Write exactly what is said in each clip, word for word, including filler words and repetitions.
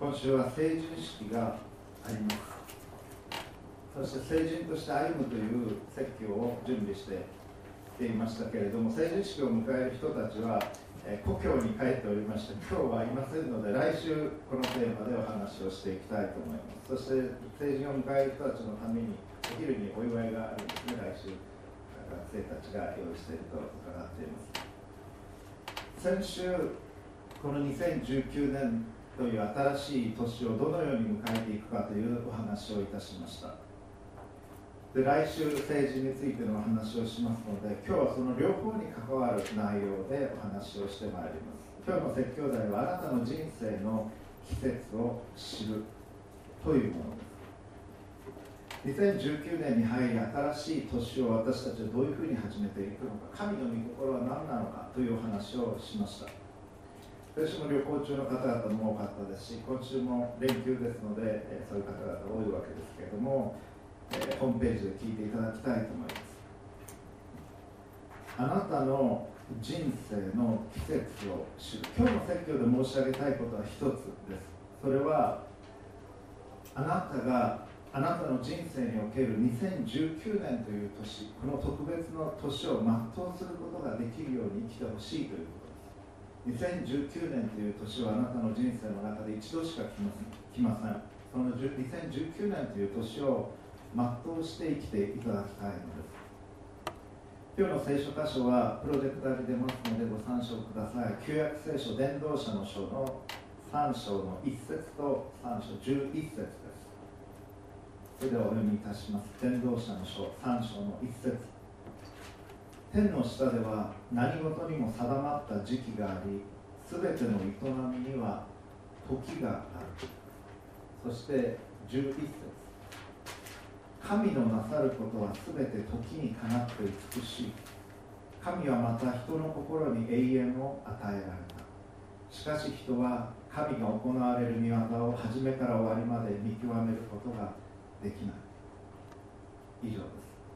今週は成人式があります。そして成人として歩むという説教を準備してきていましたけれども、成人式を迎える人たちは、えー、故郷に帰っておりまして、今日はいませんので、来週このテーマでお話をしていきたいと思います。そして成人を迎える人たちのためにお昼にお祝いがあるんですね。来週学生たちが用意していると伺っています。先週このにせんじゅうきゅうねんという新しい年をどのように迎えていくかというお話をいたしました。で、来週政治についてのお話をしますので、今日はその両方に関わる内容でお話をしてまいります。今日の説教題は、あなたの人生の季節を知るというものです。にせんじゅうきゅうねんに入り、新しい年を私たちはどういうふうに始めていくのか、神の御心は何なのかというお話をしました。私も旅行中の方々も多かったですし、今週も連休ですので、えー、そういう方々多いわけですけれども、えー、ホームページで聞いていただきたいと思います。あなたの人生の季節を知る。今日の説教で申し上げたいことは一つです。それは、あなたがあなたの人生におけるにせんじゅうきゅうねんという年、この特別の年を全うすることができるように生きてほしいということです。にせんじゅうきゅうねんという年はあなたの人生の中で一度しか来ません。来ません。そのにせんじゅうきゅうねんという年を全うして生きていただきたいのです。今日の聖書箇所はプロジェクターに出ますのでご参照ください。旧約聖書伝道者の書のさん章のいち節とさん章じゅういち節です。それではお読みいたします。伝道者の書さん章のいち節。天の下では何事にも定まった時期があり、すべての営みには時がある。そしてじゅういち節。神のなさることはすべて時にかなって美しい。神はまた人の心に永遠を与えられた。しかし人は神が行われる御業を初めから終わりまで見極めることができない。以上です。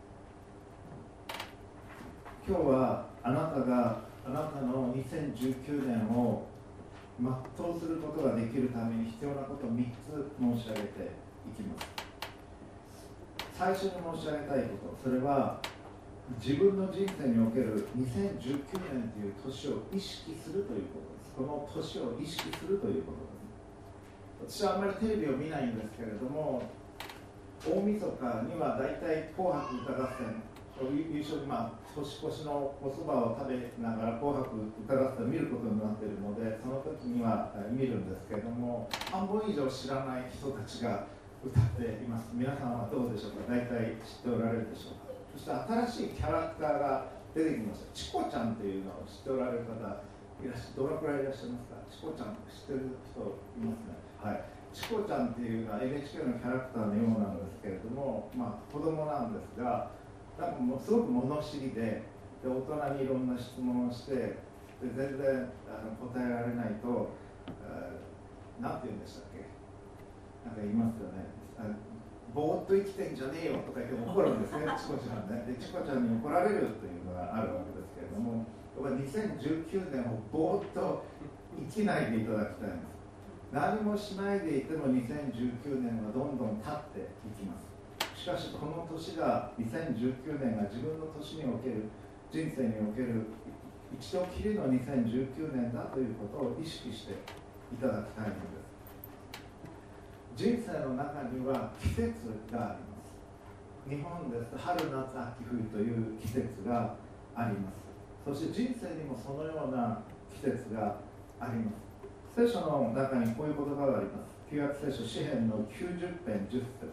今日はあなたがあなたのにせんじゅうきゅうねんを全うすることができるために必要なことをみっつ申し上げていきます。最初に申し上げたいこと、それは自分の人生におけるにせんじゅうきゅうねんという年を意識するということです。この年を意識するということです。私はあまりテレビを見ないんですけれども、大晦日にはだいたい紅白歌合戦、優勝に、まあ、年越しのおそばを食べながら紅白歌合戦を見ることになっているので、その時には見るんですけれども、半分以上知らない人たちが歌っています。皆さんはどうでしょうか。大体知っておられるでしょうか。そして新しいキャラクターが出てきました。チコちゃんというのを知っておられる方いらっしゃどのくらいいらっしゃいますか。チコちゃん知ってる人いますね。はい。チコちゃんっていうのは エヌエイチケー のキャラクターのようなんですけれども、まあ子供なんですが、なんかもうすごく物知りで、で大人にいろんな質問をして、で全然あの答えられないと、なんて言うんでしたっけ。なんか言いますよね。ぼーっと生きてんじゃねえよとか言って怒るんですね、チコちゃんね。で、チコちゃんに怒られるというのがあるわけですけれども、にせんじゅうきゅうねんをぼーっと生きないでいただきたいんです。何もしないでいてもにせんじゅうきゅうねんはどんどん経っていきます。しかしこの年がにせんじゅうきゅうねんが自分の年における人生における一度きりのにせんじゅうきゅうねんだということを意識していただきたいのです。人生の中には季節があります。日本ですと春夏秋冬という季節があります。そして人生にもそのような季節があります。聖書の中にこういう言葉があります。旧約聖書詩編のきゅうじゅっ編じゅっ節。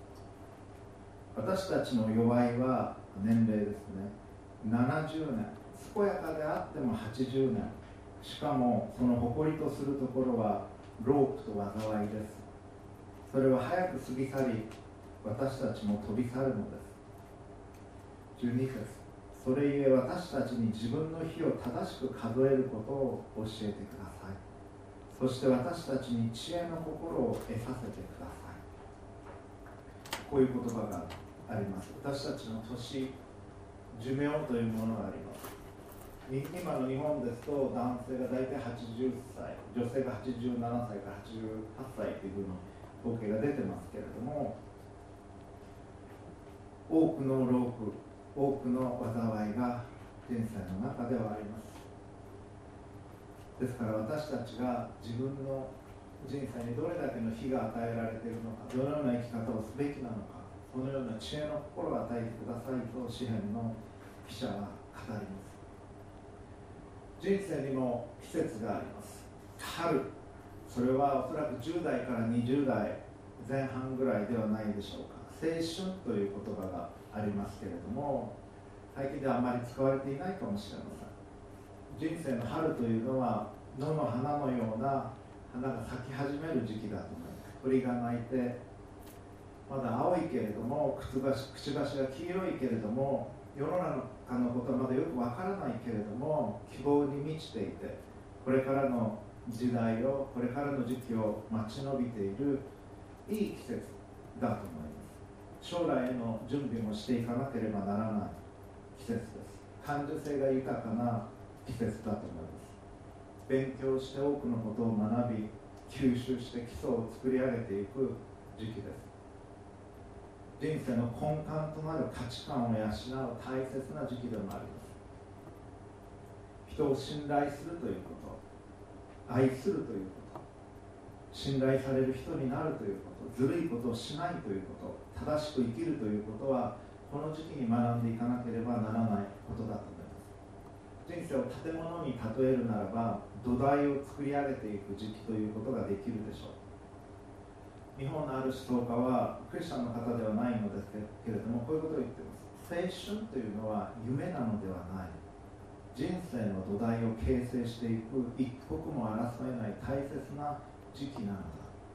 私たちの弱いは年齢ですね。ななじゅうねん。健やかであってもはちじゅうねん。しかもその誇りとするところはロープと災いです。それは早く過ぎ去り、私たちも飛び去るのです。じゅうに節。それゆえ私たちに自分の日を正しく数えることを教えてください。そして私たちに知恵の心を得させてください。こういう言葉があります。私たちの年、寿命というものがあります。 今の日本ですと男性が大体はちじゅっさい、女性がはちじゅうななさいからはちじゅうはっさいというふうに統計が出てますけれども、多くの労苦、多くの災いが人生の中ではあります。ですから私たちが自分の人生にどれだけの日が与えられているのか、どのような生き方をすべきなのか、そのような知恵の心を与えてくださいと詩編の記者は語ります。人生にも季節があります。春、それはおそらくじゅう代からにじゅう代前半ぐらいではないでしょうか。青春という言葉がありますけれども、最近ではあまり使われていないかもしれません。人生の春というのは野の花のような花が咲き始める時期だと思います。鳥が鳴いてまだ青いけれども、くちばし、くちばしが黄色いけれども、世の中のことはまだよくわからないけれども、希望に満ちていて、これからの時代を、これからの時期を待ち延びているいい季節だと思います。将来への準備もしていかなければならない季節です。感受性が豊かな季節だと思います。勉強して多くのことを学び、吸収して基礎を作り上げていく時期です。人生の根幹となる価値観を養う大切な時期でもあります。人を信頼するということ、愛するということ、信頼される人になるということ、ずるいことをしないということ、正しく生きるということは、この時期に学んでいかなければならないことだと思います。人生を建物に例えるならば、土台を作り上げていく時期ということができるでしょう。日本のある思想家はクリスチャンの方ではないのですけれども、こういうことを言っています。青春というのは夢なのではない、人生の土台を形成していく一刻も争えない大切な時期なのだ。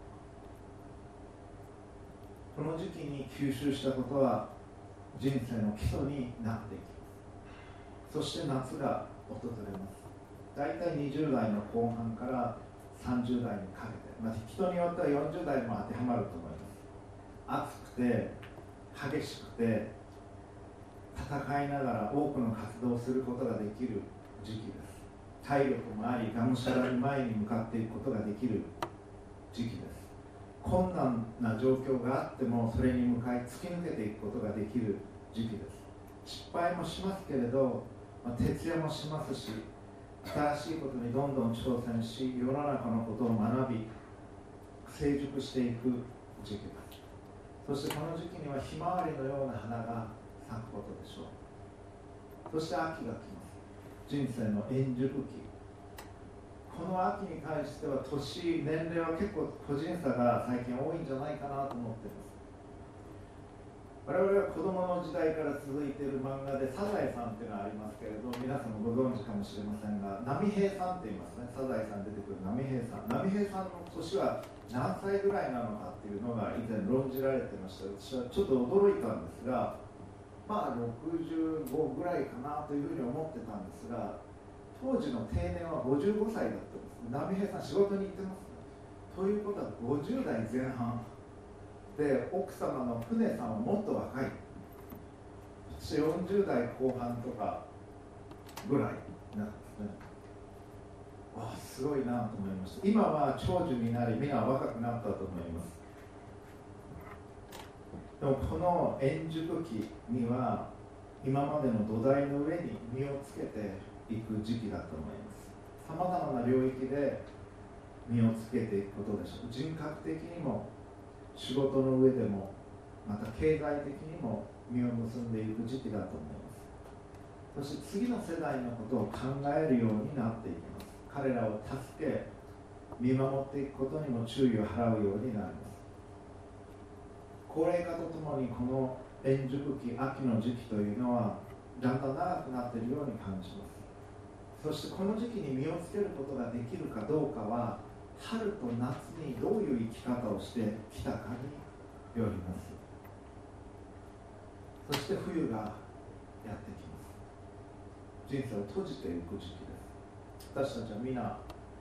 この時期に吸収したことは人生の基礎になっていきます。そして夏が訪れます。だいたいにじゅう代の後半からさんじゅう代にかけて、まあ、人によってはよんじゅう代も当てはまると思います。暑くて激しくて戦いながら多くの活動をすることができる時期です。体力もあり、がむしゃらに前に向かっていくことができる時期です。困難な状況があってもそれに向かい突き抜けていくことができる時期です。失敗もしますけれど、まあ、徹夜もしますし、新しいことにどんどん挑戦し、世の中のことを学び成熟していく時期です。そしてこの時期にはひまわりのような花が咲くことでしょう。そして秋が来ます。人生の円熟期。この秋に関しては年、年齢は結構個人差が最近多いんじゃないかなと思っています。我々は子供の時代から続いている漫画でサザエさんっていうのがありますけれど、皆さんもご存知かもしれませんが、波平さんって言いますね。サザエさん出てくる波平さん。波平さんの年は何歳ぐらいなのかっていうのが以前論じられてました。私はちょっと驚いたんですが、まあろくじゅうごぐらいかなというふうに思ってたんですが、当時の定年はごじゅうごさいだったんです。波平さん仕事に行ってます、ね、ということはごじゅう代前半で、奥様の船さんはもっと若い。よんじゅう代後半とかぐらいなんですね。ああ、すごいなと思いました。今は長寿になり、みんな若くなったと思います。でもこの円熟期には今までの土台の上に身をつけていく時期だと思います。さまざまな領域で身をつけていくことでしょう。人格的にも仕事の上でも、また経済的にも実を結んでいく時期だと思います。そして次の世代のことを考えるようになっていきます。彼らを助け見守っていくことにも注意を払うようになります。高齢化とともにこの円熟期、秋の時期というのはだんだん長くなっているように感じます。そしてこの時期に身をつけることができるかどうかは、春と夏にどういう生き方をしてきたかによります。そして冬がやってきます。人生を閉じていく時期です。私たちは皆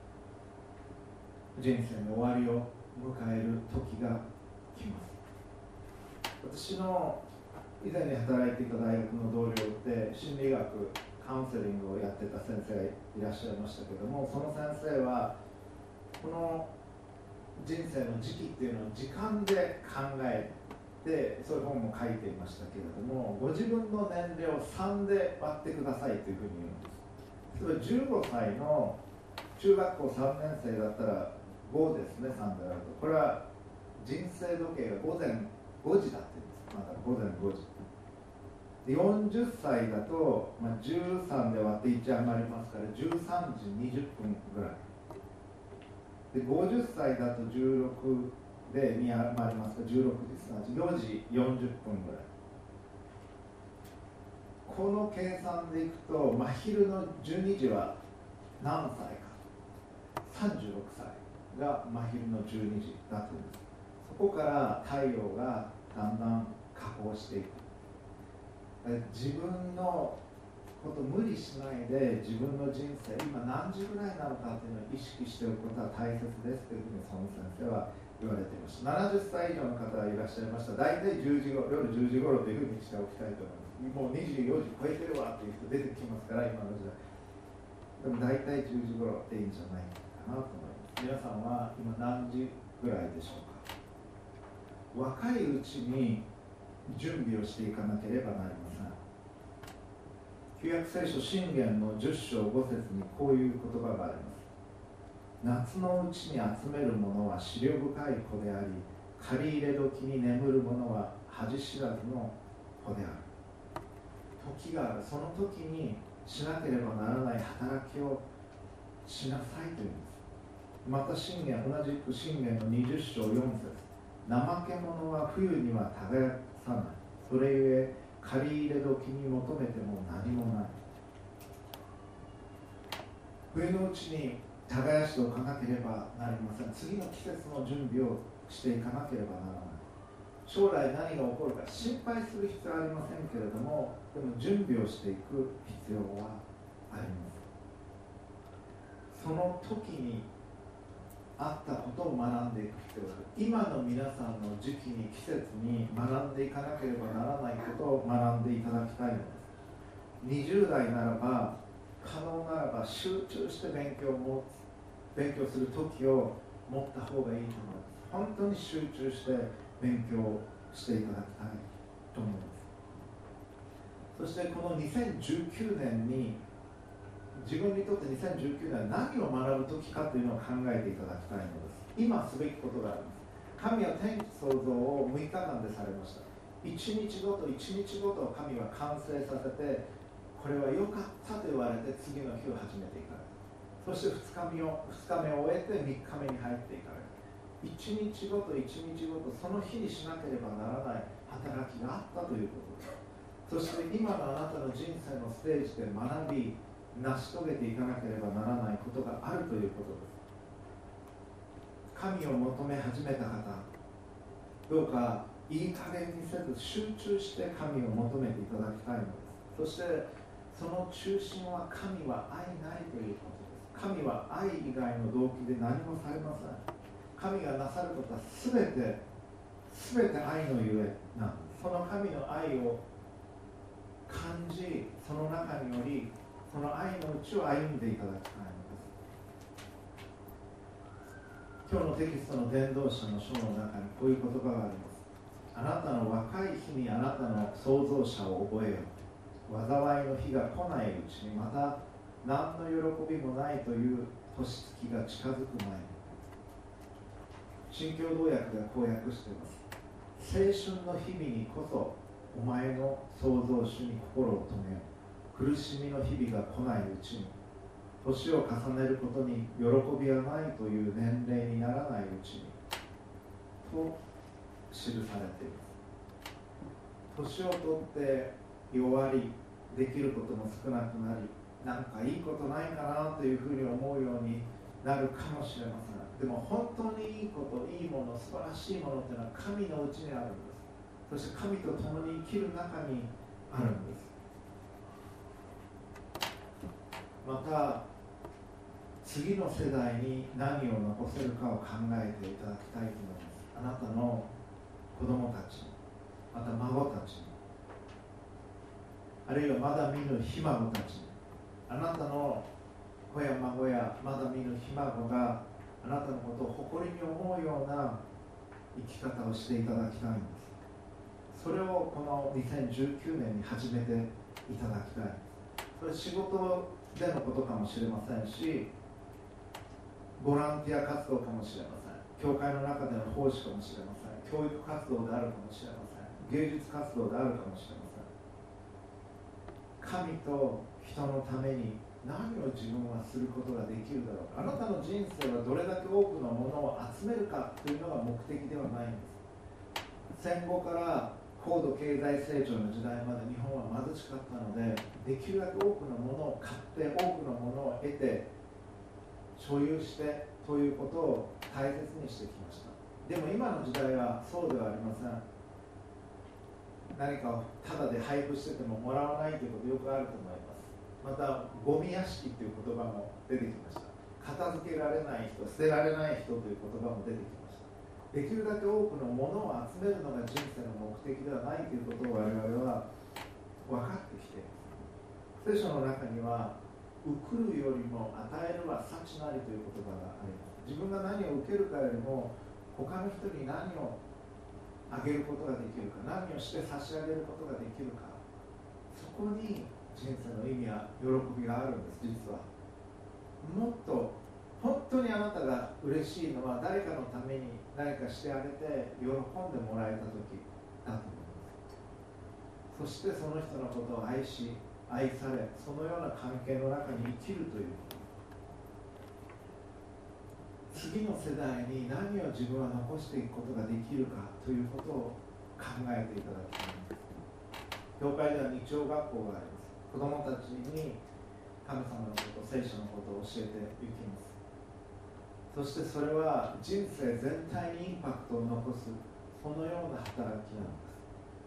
人生の終わりを迎える時が来ます。私の以前に働いていた大学の同僚って心理学カウンセリングをやってた先生がいらっしゃいましたけども、その先生はこの人生の時期っていうのを時間で考えて、そういう本も書いていましたけれども、ご自分の年齢をさんで割ってくださいというふうに言うんです。それじゅうごさいの中学校さんねん生だったらごですね、さんで割ると。これは人生時計が午前ごじだって言うんです。まだ午前ごじ。でよんじゅっさいだと、まあ、じゅうさんで割っていち余りますからじゅうさんじにじゅっぷんぐらいで、ごじゅっさいだとじゅうろくでに余りますからじゅうろくですがよじよんじゅっぷんぐらい。この計算でいくと真昼のじゅうにじは何歳か、さんじゅうろくさいが真昼のじゅうにじだというんです。そこから太陽がだんだん下降していく。自分のことを無理しないで、自分の人生今何時ぐらいなのかというのを意識しておくことは大切ですというふうにその先生は言われていました。ななじゅっさい以上の方がいらっしゃいました。大体じゅうじごろ、夜じゅうじ頃というふうにしておきたいと思います。もうにじゅうよじ超えてるわという人出てきますから、今の時代。でも大体じゅうじ頃でいいんじゃないかなと思います。皆さんは今何時ぐらいでしょうか。若いうちに準備をしていかなければなりません。旧約聖書箴言のじゅっ章ご節にこういう言葉があります。夏のうちに集めるものは思慮深い子であり、借り入れ時に眠るものは恥知らずの子である。時がある。その時にしなければならない働きをしなさいというんです。また箴言、同じく箴言のにじゅっ章よん節、怠け者は冬には耕さない。それゆえ借り入れ時に求めても何もない。冬のうちに耕しておかなければなりません。次の季節の準備をしていかなければならない。将来何が起こるか心配する必要はありませんけれども、でも準備をしていく必要はあります。その時にあったことを学んでいく必要がある。今の皆さんの時期に季節に学んでいかなければならないことを学んでいただきたいのです。にじゅう代ならば可能ならば集中して勉強を勉強する時を持った方がいいと思います。本当に集中して勉強していただきたいと思います。そしてこのにせんじゅうきゅうねんに自分にとってにせんじゅうきゅうねんは何を学ぶ時かというのを考えていただきたいのです。今すべきことがあります。神は天地創造をむいかかんでされました。いちにちごといちにちごと神は完成させて、これは良かったと言われて次の日を始めていかれた。そしてふつかめを、ふつかめを終えてみっかめに入っていかれた。いちにちごといちにちごとその日にしなければならない働きがあったということです。そして今のあなたの人生のステージで学び成し遂げていかなければならないことがあるということです。神を求め始めた方、どうかいい加減にせず集中して神を求めていただきたいのです。そしてその中心は神は愛ないということです。神は愛以外の動機で何もされません。神がなさることはすべてすべて愛のゆえなんです。その神の愛を感じ、その中によりその愛のうちを歩んでいただきたいのです。今日のテキストの伝道者の書の中にこういう言葉があります。あなたの若い日にあなたの創造者を覚えよう。災いの日が来ないうちに、また何の喜びもないという年月が近づく前に。新共同訳ではこう訳しています。青春の日々にこそお前の創造主に心を留めよう。苦しみの日々が来ないうちに、年を重ねることに喜びはないという年齢にならないうちにと記されています。年を取って弱り、できることも少なくなり、なんかいいことないかなというふうに思うようになるかもしれません。でも本当にいいこと、いいもの、素晴らしいものというのは神のうちにあるんです。そして神と共に生きる中にあるんです。また次の世代に何を残せるかを考えていただきたいと思います。あなたの子供たち、また孫たち、あるいはまだ見ぬひ孫たち、 あなたの子や孫やまだ見ぬひ孫があなたのことを誇りに思うような生き方をしていただきたいんです。それをこのにせんじゅうきゅうねんに始めていただきたい。それ仕事でのことかもしれませんし、ボランティア活動かもしれません。教会の中での奉仕かもしれません。教育活動であるかもしれません。芸術活動であるかもしれません。神と人のために何を自分はすることができるだろうか。あなたの人生はどれだけ多くのものを集めるかというのが目的ではないんです。戦後から高度経済成長の時代まで日本は貧しかったので、できるだけ多くのものを買って多くのものを得て所有してということを大切にしてきました。でも今の時代はそうではありません。何かをタダで配布しててももらわないということよくあると思います。またゴミ屋敷という言葉も出てきました。片付けられない人、捨てられない人という言葉も出てきました。できるだけ多くのものを集めるのが人生の目的ではないということを我々は分かってきています。聖書の中には受くるよりも与えるは幸なりという言葉があります。自分が何を受けるかよりも他の人に何をあげることができるか、何をして差し上げることができるか、そこに人生の意味や喜びがあるんです。実はもっと本当にあなたが嬉しいのは誰かのために何かしてあげて喜んでもらえた時だと思います。そしてその人のことを愛し愛され、そのような関係の中に生きるということ、次の世代に何を自分は残していくことができるかということを考えていただきたいんです。教会では日曜学校があります。子どもたちに神様のこと、聖書のことを教えていきます。そしてそれは人生全体にインパクトを残す、そのような働きなんです。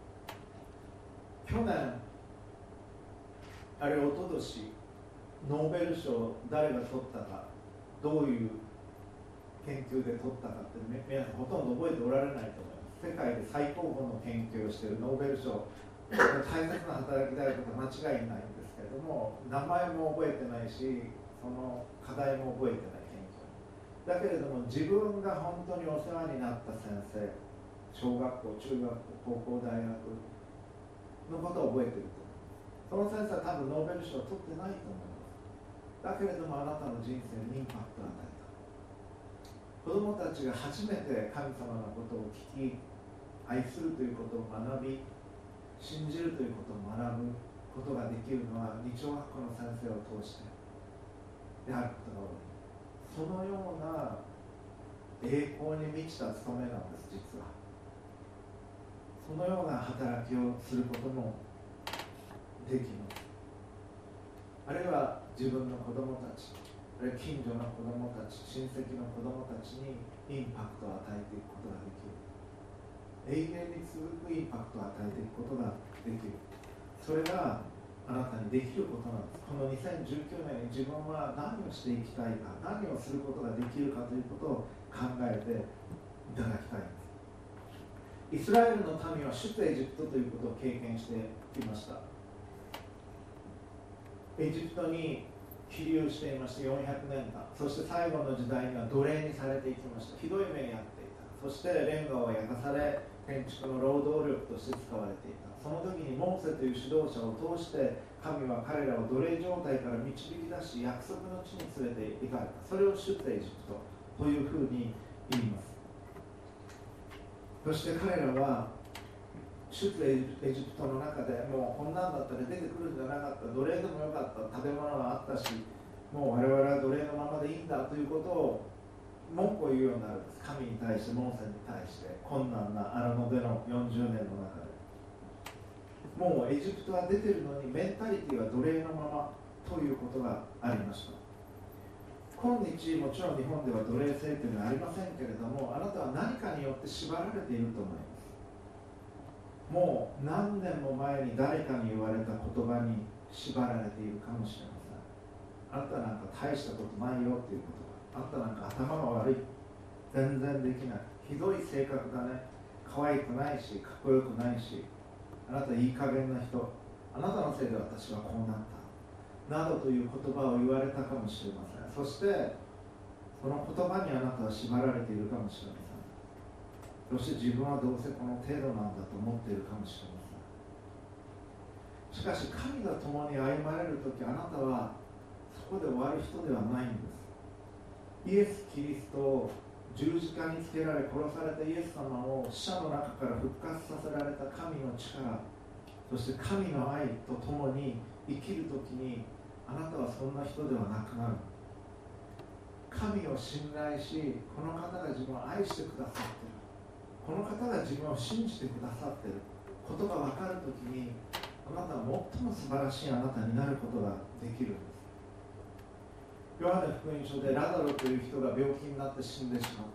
去年あれ一昨年ノーベル賞を誰が取ったか、どういう研究で取ったかって皆さんほとんど覚えておられないと思います。世界で最高峰の研究をしているノーベル賞、大切な働きであることは間違いないんですけれども、名前も覚えてないし、その課題も覚えてない研究だけれども、自分が本当にお世話になった先生、小学校、中学校、高校、大学のことを覚えていると。その先生は多分ノーベル賞を取ってないと思います。だけれどもあなたの人生にインパクトを与えた。子どもたちが初めて神様のことを聞き、愛するということを学び、信じるということを学ぶことができるのは日曜学校の先生を通してであることが多い。そのような栄光に満ちた務めなんです。実はそのような働きをすることもできます。あるいは自分の子供たち、あるいは近所の子供たち、親戚の子供たちにインパクトを与えていくことができる。永遠に続くインパクトを与えていくことができる。それがあなたにできることなんです。このにせんじゅうきゅうねんに自分は何をしていきたいか、何をすることができるかということを考えていただきたいんです。イスラエルの民は出エジプトということを経験してきました。エジプトに起立していましたよんひゃくねんかん、そして最後の時代には奴隷にされていきました。ひどい目に遭っていた。そしてレンガを焼かされ、建築の労働力として使われていた。その時にモーセという指導者を通して神は彼らを奴隷状態から導き出し、約束の地に連れて行かれた。それを出エジプトというふうに言います。そして彼らは出エジプトの中でもうこんなんだったら出てくるんじゃなかった、奴隷でもよかった、食べ物はあったし、もう我々は奴隷のままでいいんだということを文句を言うようになるんです。神に対して、モーセに対して困難な荒野でのよんじゅうねんの中で、もうエジプトは出てるのにメンタリティは奴隷のままということがありました。今日もちろん日本では奴隷制というのはありませんけれども、あなたは何かによって縛られていると思います。もう何年も前に誰かに言われた言葉に縛られているかもしれません。あんたなんか大したことないよっていうことが、あんたなんか頭が悪い、全然できない、ひどい性格だね、可愛くないしかっこよくないし、あなたいい加減な人、あなたのせいで私はこうなった、 などという言葉を言われたかもしれません。そしてその言葉にあなたは縛られているかもしれません。そして自分はどうせこの程度なんだと思っているかもしれません。しかし神が共に歩まれるとき、あなたはそこで終わる人ではないんです。イエス・キリストを十字架につけられ殺されたイエス様を死者の中から復活させられた神の力、そして神の愛と共に生きるときに、あなたはそんな人ではなくなる。神を信頼し、この方が自分を愛してくださっている、この方が自分を信じてくださっていることが分かるときに、あなたは最も素晴らしいあなたになることができるんです。ヨハネ福音書でラザロという人が病気になって死んでしまった。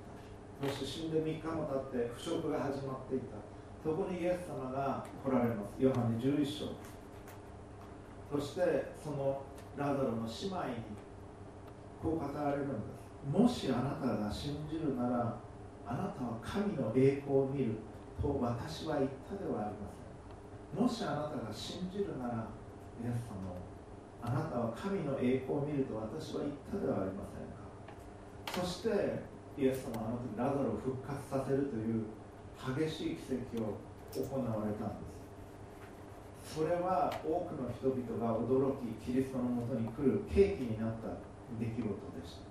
そして死んでみっかも経って腐食が始まっていた。そこにイエス様が来られます。ヨハネじゅういっ章。そしてそのラザロの姉妹にこう語られるんです。もしあなたが信じるなら、あなたは神の栄光を見ると私は言ったではありません。もしあなたが信じるなら、イエス様を、あなたは神の栄光を見ると私は言ったではありませんか。そしてイエス様はあの時ラザロを復活させるという激しい奇跡を行われたんです。それは多くの人々が驚き、キリストのもとに来る契機になった出来事でした。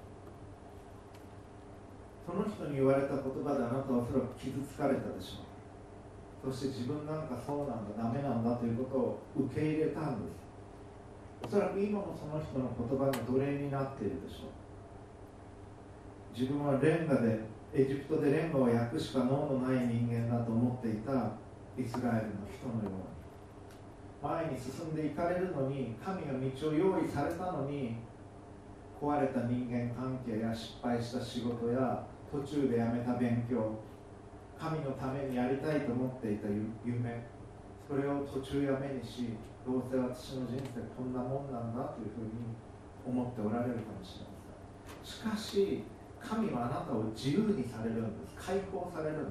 その人に言われた言葉であなたはおそらく傷つかれたでしょう。そして自分なんかそうなんだ、ダメなんだということを受け入れたんです。おそらく今もその人の言葉の奴隷になっているでしょう。自分はレンガで、エジプトでレンガを焼くしか能のない人間だと思っていたイスラエルの人のように、前に進んでいかれるのに、神が道を用意されたのに、壊れた人間関係や失敗した仕事や途中でやめた勉強、神のためにやりたいと思っていた夢、それを途中やめにし、どうせ私の人生こんなもんなんだというふうに思っておられるかもしれません。しかし神はあなたを自由にされるんです。解放されるんです。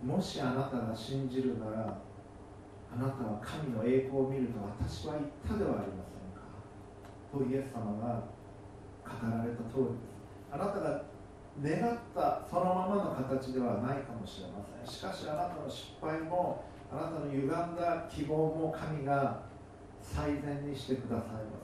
もしあなたが信じるなら、あなたは神の栄光を見ると私は言ったではありませんかとイエス様が語られた通りです。あなたが願ったそのままの形ではないかもしれません。しかしあなたの失敗も、あなたの歪んだ希望も神が最善にしてくださいます。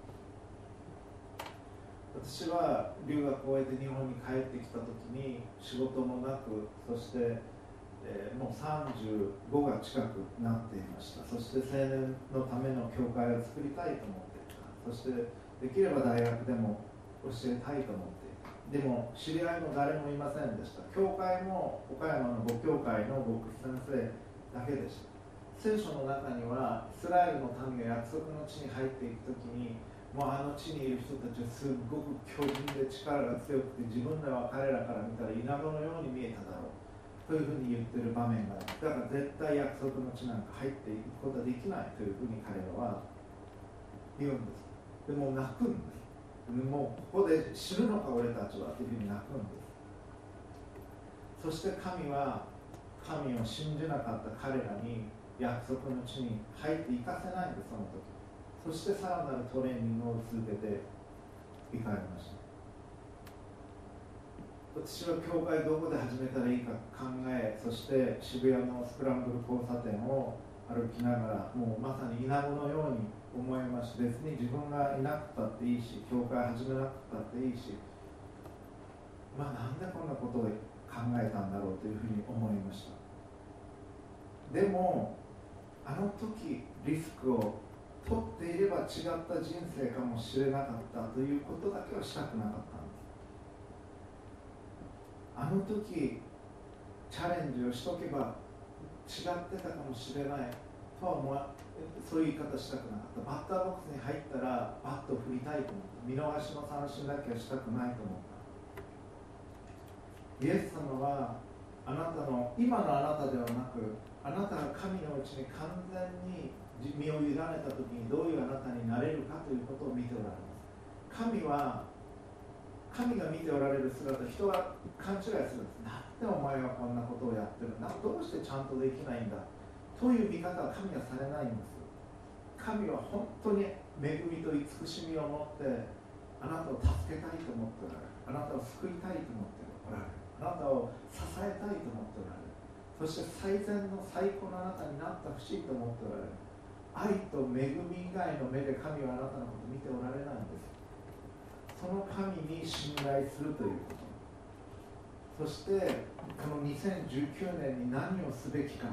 私は留学を終えて日本に帰ってきた時に、仕事もなく、そして、えー、もうさんじゅうごが近くなっていました。そして青年のための教会を作りたいと思っていた。そしてできれば大学でも教えたいと思っていた。でも知り合いも誰もいませんでした。教会も岡山の母教会の牧師先生だけでした。聖書の中にはイスラエルの民が約束の地に入っていくときに、もうあの地にいる人たちはすっごく強靭で力が強くて、自分らは彼らから見たら稲子のように見えただろうというふうに言っている場面があります。だから絶対約束の地なんか入っていくことはできないというふうに彼らは言うんです。でも泣くんです。もうここで死ぬのか俺たちはというふうに泣くんです。そして神は神を信じなかった彼らに約束の地に入っていかせないんです。その時そしてさらなるトレーニングを続けていかれました。私は教会どこで始めたらいいか考え、そして渋谷のスクランブル交差点を歩きながら、もうまさに稲子のように思いました。別に自分がいなくたっていいし、教会始めなくたっていいし、まあなんでこんなことを考えたんだろうというふうに思いました。でもあの時リスクを取っていれば違った人生かもしれなかったということだけはしたくなかったんです。あの時チャレンジをしとけば違ってたかもしれないとは思わ、そういう言い方したくなかった。バッターボックスに入ったらバットを振りたいと思った。見逃しの三振だけはしたくないと思った。イエス様はあなたの今のあなたではなく、あなたが神のうちに完全に身を委ねた時にどういうあなたになれるかということを見ておられます。神は神が見ておられる姿、人は勘違いするんです。なんでお前はこんなことをやってるんだ、どうしてちゃんとできないんだという見方は神がされないんです。 神は本当に恵みと慈しみを持ってあなたを助けたいと思っておられる。あなたを救いたいと思っておられる。あなたを支えたいと思っておられる。そして最善の最高のあなたになってほしいと思っておられる。愛と恵み以外の目で神はあなたのことを見ておられないんです。その神に信頼するということ、そしてこのにせんじゅうきゅうねんに何をすべきか、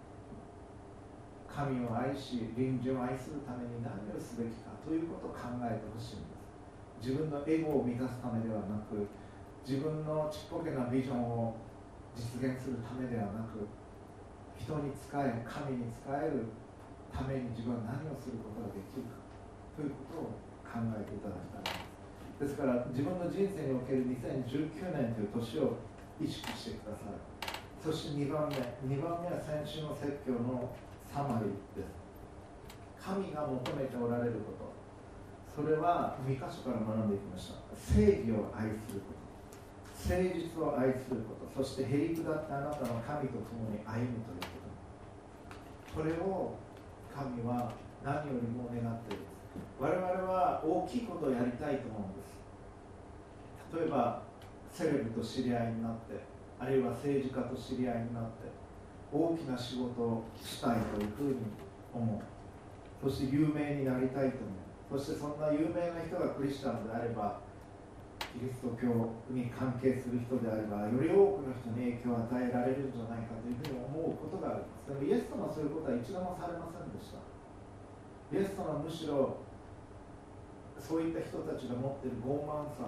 神を愛し隣人を愛するために何をすべきかということを考えてほしいんです。自分のエゴを満たすためではなく、自分のちっぽけなビジョンを実現するためではなく、人に仕え、神に仕えるために自分は何をすることができるかということを考えていただきたいです。ですから自分の人生におけるにせんじゅうきゅうねんという年を意識してください。そしてにばんめ、にばんめは先週の説教のサマリーです。神が求めておられること、それはに箇所から学んでいきました。正義を愛すること、誠実を愛すること、そしてへりくだってあなたの神と共に歩むということ、これを神は何よりも願っている。我々は大きいことをやりたいと思うんです。例えばセレブと知り合いになって、あるいは政治家と知り合いになって大きな仕事をしたいというふうに思う。そして有名になりたいと思う。そしてそんな有名な人がクリスチャンであれば、キリスト教に関係する人であれば、より多くの人に影響を与えられるんじゃないかというふうに思うことがあります。でもイエス様はそういうことは一度もされませんでした。イエス様はむしろそういった人たちが持っている傲慢さ、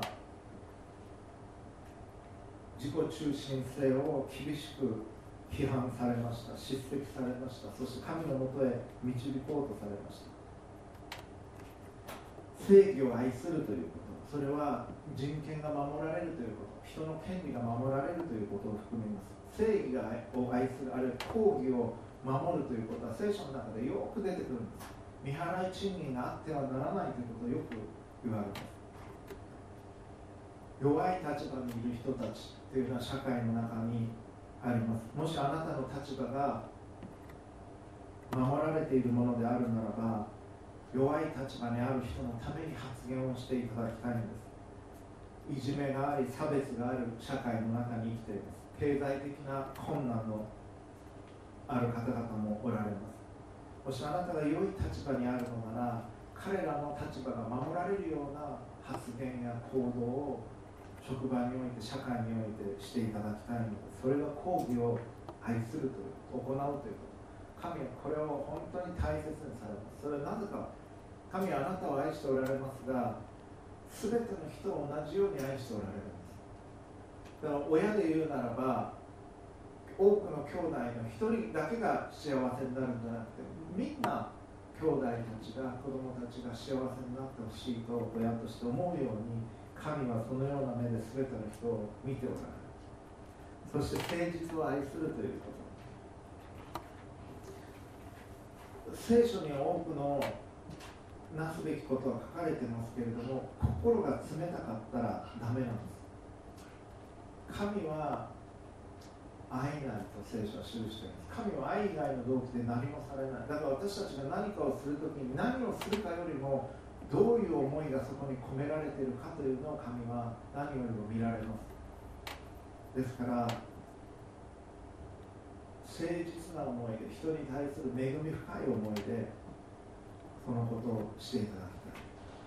自己中心性を厳しく批判されました。叱責されました。そして神のもとへ導こうとされました。正義を愛するということ、それは人権が守られるということ、人の権利が守られるということを含みます。正義を愛する、あるいは公義を守るということは聖書の中でよく出てくるんです。見払い賃金があってはならないということをよく言われます。弱い立場にいる人たちというのは社会の中にあります。もしあなたの立場が守られているものであるならば、弱い立場にある人のために発言をしていただきたいんです。いじめがあり差別がある社会の中に生きています。経済的な困難のある方々もおられます。もしあなたが良い立場にあるのなら、彼らの立場が守られるような発言や行動を職場において、社会においてしていただきたいのです。それが公義を愛するという、行うということ。神はこれを本当に大切にされます。それはなぜか、神はあなたを愛しておられますが、すべての人を同じように愛しておられるんです。だから親で言うならば、多くの兄弟の一人だけが幸せになるんじゃなくて、みんな兄弟たちが、子供たちが幸せになってほしいと親として思うように、神はそのような目で全ての人を見ておられる。そして誠実を愛するということ。聖書には多くのなすべきことが書かれてますけれども、心が冷たかったらダメなんです。神は愛ないと聖書は記しています。神は愛以外の動機で何もされない。だから私たちが何かをするときに、何をするかよりもどういう思いがそこに込められているかというのを神は何よりも見られます。ですから誠実な思いで、人に対する恵み深い思いでそのことをしていただきたい。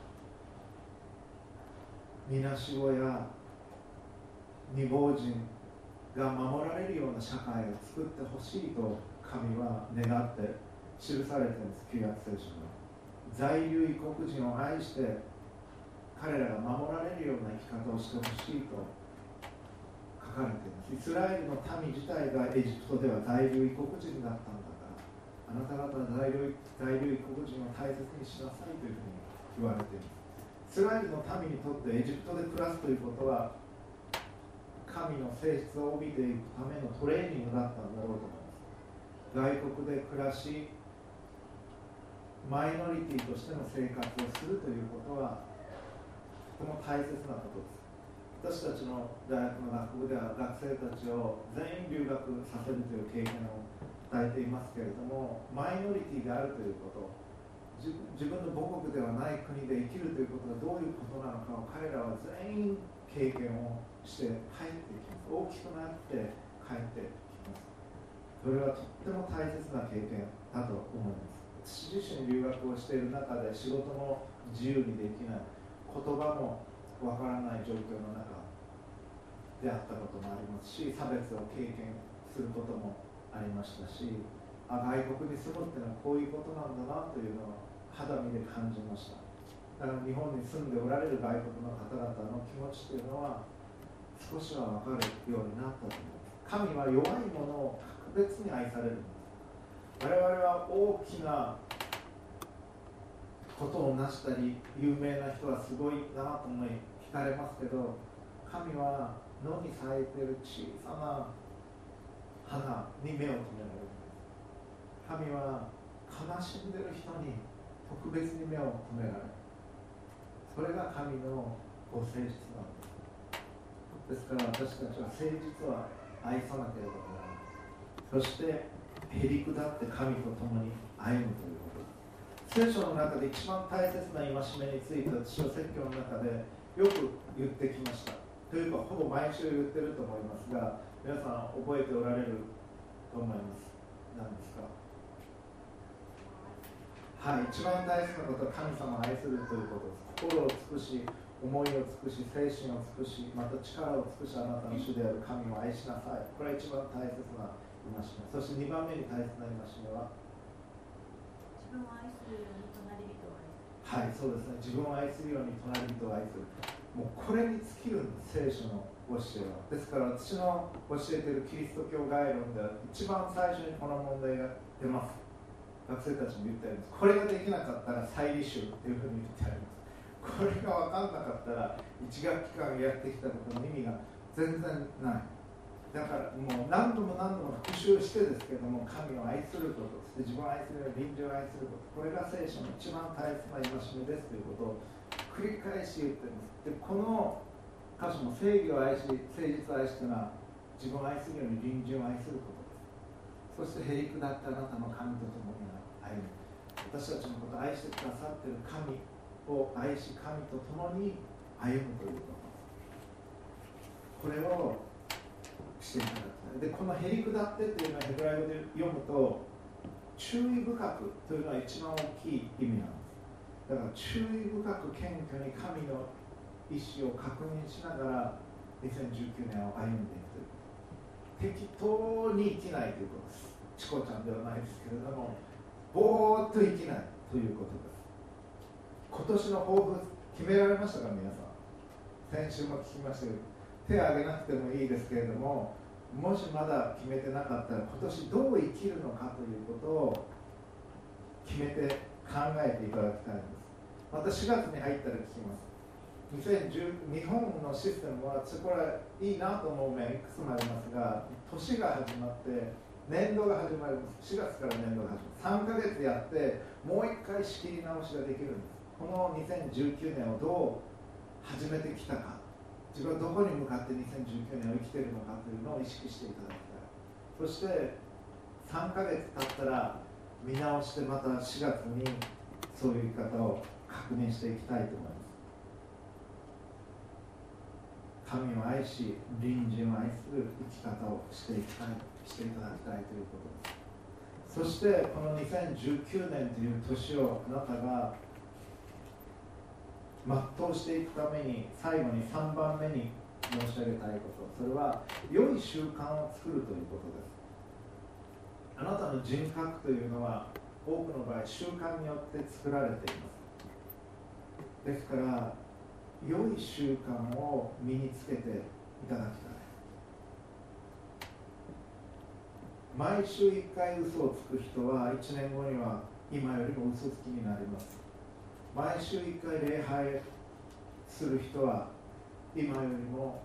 みなしごや未亡人が守られるような社会を作ってほしいと神は願って記されています。旧約聖書には在留異国人を愛して彼らが守られるような生き方をしてほしいと書かれています。イスラエルの民自体がエジプトでは在留異国人だったんだから、あなた方は在留、在留異国人を大切にしなさいというふうに言われています。イスラエルの民にとってエジプトで暮らすということは神の性質を帯びていくためのトレーニングだったんだろうと思います。外国で暮らし、マイノリティとしての生活をするということはとても大切なことです。私たちの大学の学部では学生たちを全員留学させるという経験を伝えていますけれども、マイノリティであるということ、 自分の母国ではない国で生きるということがどういうことなのかを彼らは全員経験をして帰ってきます。大きくなって帰ってきます。それはとっても大切な経験だと思います。私自身留学をしている中で仕事も自由にできない、言葉もわからない状況の中であったこともありますし、差別を経験することもありましたし、あ、外国に住むっていうのはこういうことなんだなというのを肌身で感じました。だから日本に住んでおられる外国の方々の気持ちというのは少しは分かるようになったと思います。神は弱いものを格別に愛されるんです。我々は大きなことを成したり有名な人はすごいなと思い惹かれますけど、神は野に咲いている小さな花に目を留められる。神は悲しんでいる人に特別に目を留められる。それが神のご誠実なんです。ですから私たちは誠実は愛さなければならない。そしてへりくだって神と共に歩むということです。聖書の中で一番大切な戒めについて私は説教の中でよく言ってきました。というかほぼ毎週言ってると思いますが、皆さん覚えておられると思います。何ですか？はい、一番大切なことは神様を愛するということです。心を尽くし、思いを尽くし、精神を尽くし、また力を尽くし、あなたの主である神を愛しなさい。これは一番大切な戒め。そしてにばんめに大切な戒めは、 自分を愛するように隣人を愛する。 はい、そうですね。自分を愛するように隣人を愛する。もうこれに尽きるんです、聖書の教えは。ですから私の教えているキリスト教概論では一番最初にこの問題が出ます。学生たちも言ってあります。これができなかったら再履修というふうに言ってあります。これが分かんなかったら一学期間やってきたことの意味が全然ない。だからもう何度も何度も復習してですけども、神を愛すること、そして自分を愛するように隣人を愛すること、これが聖書の一番大切な戒めですということを繰り返し言っています。でこの箇所も正義を愛し、誠実を愛しというのは自分を愛するように隣人を愛することです。そしてへりくだってあなたの神と共に歩む。私たちのことを愛してくださっている神を愛し、神と共に歩むということ、これをしていただきたい。でこのへりくだってというのはヘブライ語で読むと注意深くというのは一番大きい意味なんです。だから注意深く謙虚に神の意思を確認しながらにせんじゅうきゅうねんを歩んでいくという、適当に生きないということです。チコちゃんではないですけれども、ぼーっと生きないということです。今年の抱負決められましたか？皆さん。先週も聞きましたけど、手を挙げなくてもいいですけれども、もしまだ決めてなかったら今年どう生きるのかということを決めて考えていただきたいんです。またしがつに入ったら聞きます。にせんじゅう日本のシステムはこれいいなと思う面いくつもありますが、年が始まって年度が始まります。しがつから年度が始まる。さんかげつやってもう一回仕切り直しができるんです。このにせんじゅうきゅうねんをどう始めてきたか、自分はどこに向かってにせんじゅうきゅうねんを生きているのかというのを意識していただきたい。そしてさんかげつ経ったら見直してまたしがつにそういう生き方を確認していきたいと思います。神を愛し隣人を愛する生き方をしていきたい、していただきたいということです。そしてこのにせんじゅうきゅうねんという年をあなたが全うしていくために最後にさんばんめに申し上げたいこと、それは良い習慣を作るということです。あなたの人格というのは多くの場合習慣によって作られています。ですから良い習慣を身につけていただきたい。毎週いっかい嘘をつく人はいちねんごには今よりも嘘つきになります。毎週いっかい礼拝する人は今よりも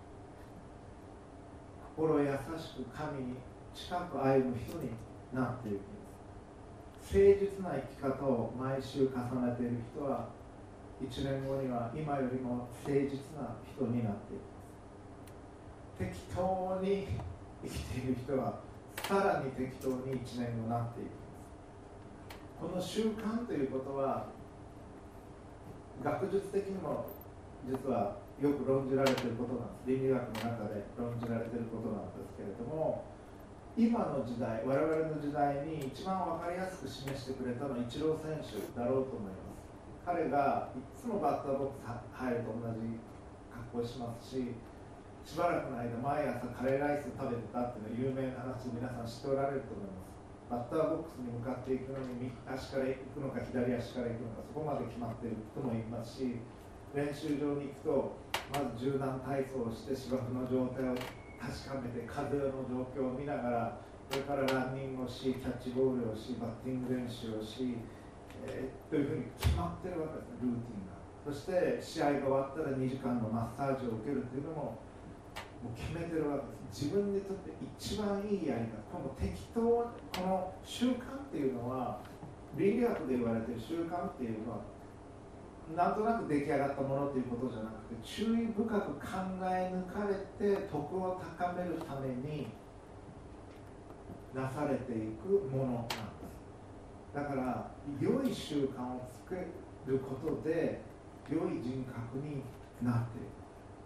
心優しく神に近く歩む人になっていきます。誠実な生き方を毎週重ねている人はいちねんごには今よりも誠実な人になっていきます。適当に生きている人はさらに適当にいちねんごになっていきます。 この習慣ということは学術的にも実はよく論じられていることなんです。倫理学の中で論じられていることなんですけれども、今の時代、我々の時代に一番分かりやすく示してくれたのはイチロー選手だろうと思います。彼がいつもバッターボックス入ると同じ格好をしますし、しばらくの間毎朝カレーライスを食べてたっていうのは有名な話を皆さん知っておられると思います。バッターボックスに向かっていくのに右足から行くのか左足から行くのか、そこまで決まっている人もいますし、練習場に行くとまず柔軟体操をして芝生の状態を確かめて風の状況を見ながら、それからランニングをし、キャッチボールをし、バッティング練習をし、えー、というふうに決まっているわけですね、ルーティンが。そして試合が終わったらにじかんのマッサージを受けるというのももう決めてるわけです。自分にとって一番いいやり方、この適当、この習慣っていうのは、倫理学で言われている習慣っていうのは、なんとなく出来上がったものということじゃなくて、注意深く考え抜かれて徳を高めるためになされていくものなんです。だから良い習慣を作ることで良い人格になっている。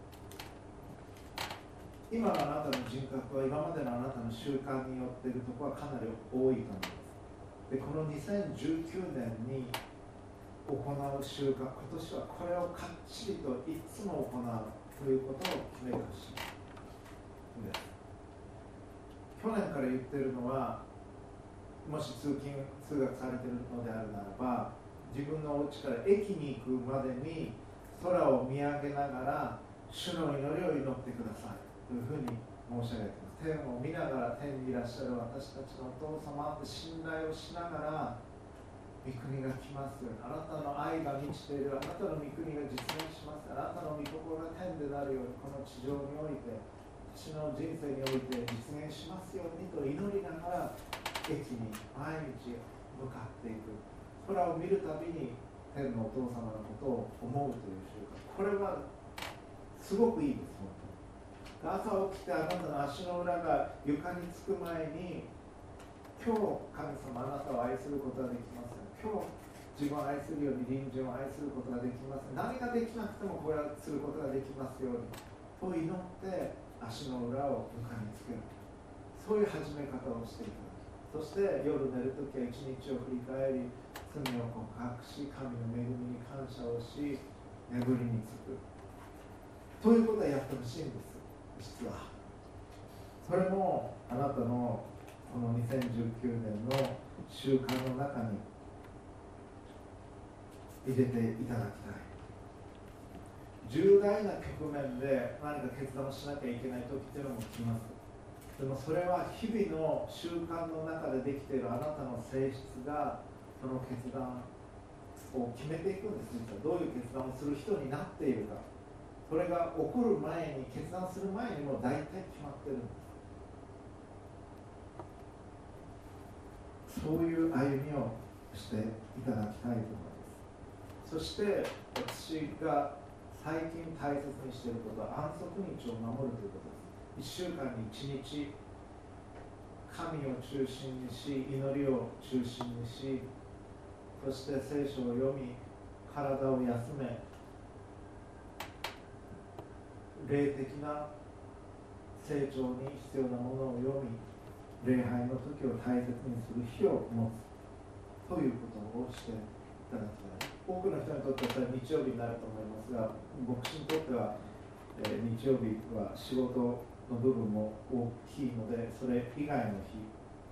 今のあなたの人格は今までのあなたの習慣によっているところはかなり多いと思います。で、このにせんじゅうきゅうねんに行う習慣、今年はこれをかっちりといつも行うということを決めてほしいです。去年から言っているのは、もし通勤通学されているのであるならば、自分のお家から駅に行くまでに空を見上げながら主の祈りを祈ってくださいというふうに申し上げています。天を見ながら、天にいらっしゃる私たちのお父様って信頼をしながら、御国が来ますように、あなたの愛が満ちている、あなたの御国が実現します、あなたの御心が天でなるように、この地上において、私の人生において実現しますようにと祈りながら、駅に毎日向かっていく。空を見るたびに天のお父様のことを思うという習慣、これはすごくいいです。本当に朝起きてあなたの足の裏が床につく前に、今日神様あなたを愛することができます。今日自分を愛するように隣人を愛することができます。何ができなくてもこれはすることができますようにと祈って足の裏を床につける。そういう始め方をしていく。そして夜寝るときは一日を振り返り、罪を告白し、神の恵みに感謝をし、眠りにつくということはやってほしいんです。実はそれもあなたのこのにせんじゅうきゅうねんの習慣の中に入れていただきたい。重大な局面で何か決断をしなきゃいけない時っていうのも来ます。でもそれは日々の習慣の中でできているあなたの性質がその決断を決めていくんです。実はどういう決断をする人になっているか、それが起こる前に、決断する前にもう大体決まってるんです。そういう歩みをしていただきたいと思います。そして私が最近大切にしていることは安息日を守るということです。いっしゅうかんにいちにち神を中心にし、祈りを中心にし、そして聖書を読み、体を休め、霊的な成長に必要なものを読み、礼拝の時を大切にする日を持つということをしていただきたい。多くの人にとっては日曜日になると思いますが、牧師にとっては、えー、日曜日は仕事の部分も大きいので、それ以外の日、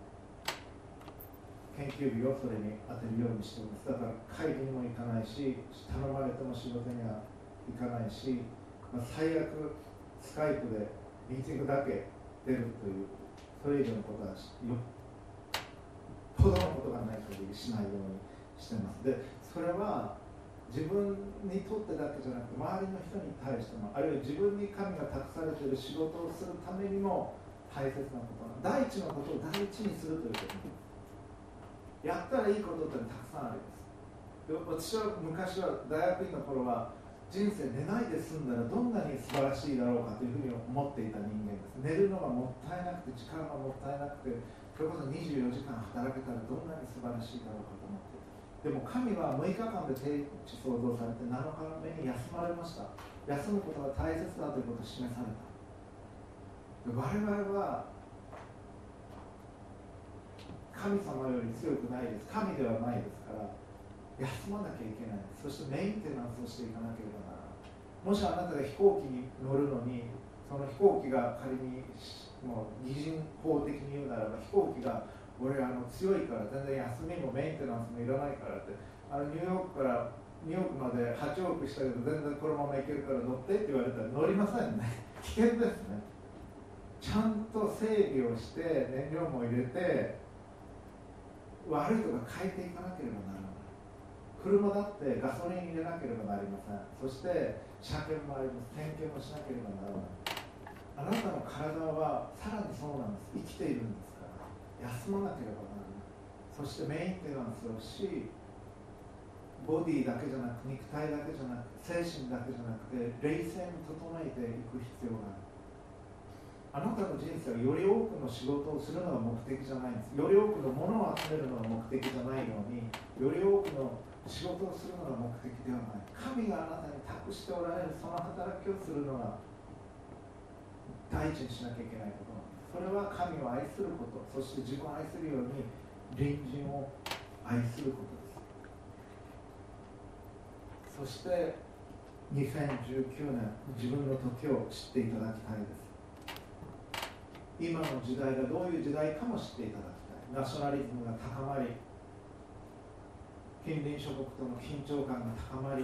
研究日をそれに当てるようにしています。だから会議にも行かないし、頼まれても仕事には行かないし、まあ、最悪スカイプでミーティングだけ出るという、それ以上のことはよっぽどのことがない限りしないようにしています。で、それは自分にとってだけじゃなくて、周りの人に対しても、あるいは自分に神が託されている仕事をするためにも大切なことな、第一のことを第一にするということ。やったらいいことってたくさんあります。私は昔は大学院の頃は、人生寝ないで済んだらどんなに素晴らしいだろうかというふうに思っていた人間です。寝るのがもったいなくて、時間がもったいなくて、 それこそにじゅうよじかん働けたらどんなに素晴らしいだろうかと思っている。でも神はむいかかんで天地創造されてなのかの目に休まれました。休むことが大切だということを示された。我々は神様より強くないです。神ではないですから休まなきゃいけない。そしてメンテナンスをしていかなければならない。もしあなたが飛行機に乗るのにその飛行機が仮にもう擬人法的に言うならば飛行機が俺あの強いから全然休みもメンテナンスもいらないからってあのニューヨークからニューヨークまではちおくしたけど全然このまま行けるから乗ってって言われたら乗りませんね。危険ですね。ちゃんと整備をして燃料も入れて悪いとこ変えていかなければならない。車だってガソリン入れなければなりません。そして車検もあります。点検もしなければならない。あなたの体はさらにそうなんです。生きているんですから休まなければならない。そしてメンテナンスをし、ボディだけじゃなく肉体だけじゃなく精神だけじゃなくて冷静に整えていく必要がある。あなたの人生はより多くの仕事をするのが目的じゃないんです。より多くのものを集めるのが目的じゃないように、より多くの仕事をするのが目的ではない。神があなたに託しておられるその働きをするのが第一にしなきゃいけないことなんです。それは神を愛すること、そして自分を愛するように隣人を愛することです。そしてにせんじゅうきゅうねん自分の時を知っていただきたいです。今の時代がどういう時代かも知っていただきたい。ナショナリズムが高まり、近隣諸国との緊張感が高まり、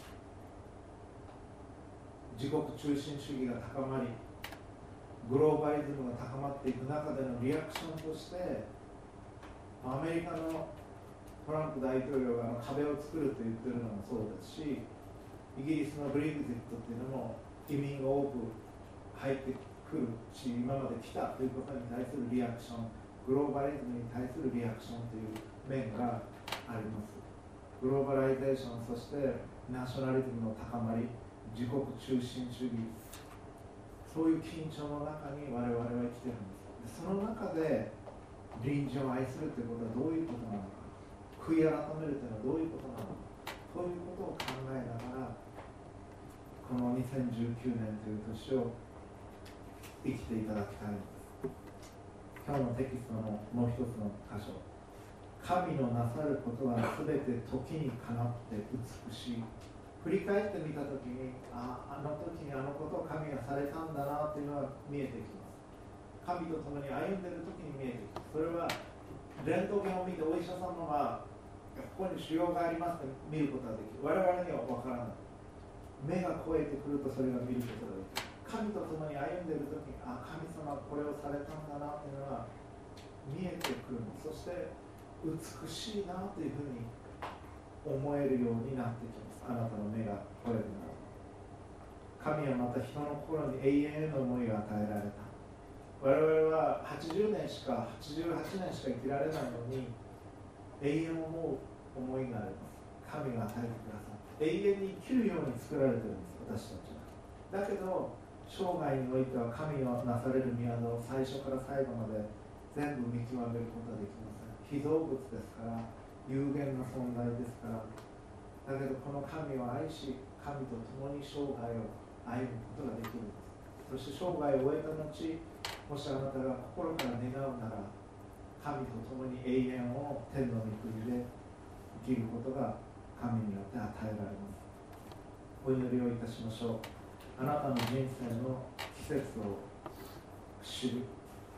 自国中心主義が高まり、グローバリズムが高まっていく中でのリアクションとして、アメリカのトランプ大統領が壁を作ると言ってるのもそうですし、イギリスのブレグジットっていうのも移民が多く入ってくるし、今まで来たということに対するリアクション、グローバリズムに対するリアクションという面があります。グローバライゼーション、そしてナショナリズムの高まり、自国中心主義、そういう緊張の中に我々は生きているんです。その中で隣人を愛するということはどういうことなのか、悔い改めるというのはどういうことなのか、そういうことを考えながらこのにせんじゅうきゅうねんという年を生きていただきたいのです。今日のテキストのもう一つの箇所、神のなさることはすべて時にかなって美しい。振り返ってみたときに、ああ、あの時にあのことを神がされたんだなというのが見えてきます。神と共に歩んでいるときに見えてきます。それはレントゲンを見てお医者様はここに腫瘍がありますと見ることができる。我々には分からない。目が超えてくるとそれが見ることができる。神と共に歩んでいるときに、あ、神様はこれをされたんだなというのが見えてくる。そして美しいなというふうに思えるようになってきます。あなたの目が超えるなら。神はまた人の心に永遠への思いが与えられた。我々ははちじゅうねんしかはちじゅうはちねんしか生きられないのに永遠を思う思いがあります。神が与えてくださって永遠に生きるように作られているんです、私たちは。だけど生涯においては神のなされる宮を最初から最後まで全部見極めることはできません。被造物ですから、有限な存在ですから。だけどこの神を愛し、神と共に生涯を歩むことができるんです。そして生涯を終えた後、もしあなたが心から願うなら、神と共に永遠を天の御国で生きることが神によって与えられます。お祈りをいたしましょう。あなたの人生の季節を知る。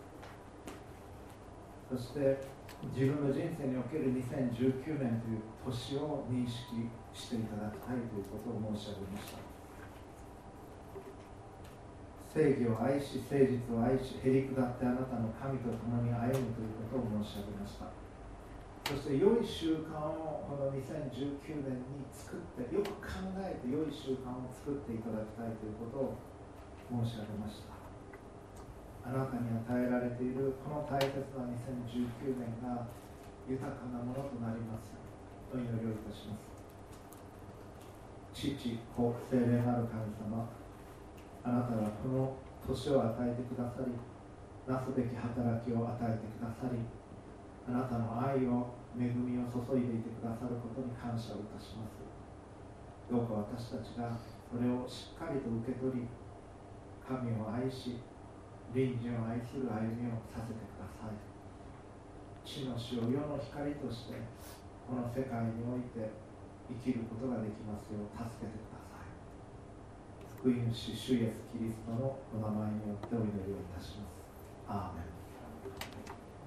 そして自分の人生におけるにせんじゅうきゅうねんという年を認識していただきたいということを申し上げました。正義を愛し、誠実を愛し、へりくだってあなたの神と共に歩むということを申し上げました。そして良い習慣をこのにせんじゅうきゅうねんに作って、よく考えて良い習慣を作っていただきたいということを申し上げました。あなたに与えられているこの大切なにせんじゅうきゅうねんが豊かなものとなりますようお祈りをいたします。父、子、聖霊なる神様、あなたはこの年を与えてくださり、 なすべき働きを与えてくださり、あなたの愛を恵みを注いでいてくださることに感謝をいたします。どうか私たちがそれをしっかりと受け取り、神を愛し隣人を愛する歩みをさせてください。地の死を世の光としてこの世界において生きることができますよう助けてください。福音主主イエスキリストのお名前によってお祈りをいたします。アーメン。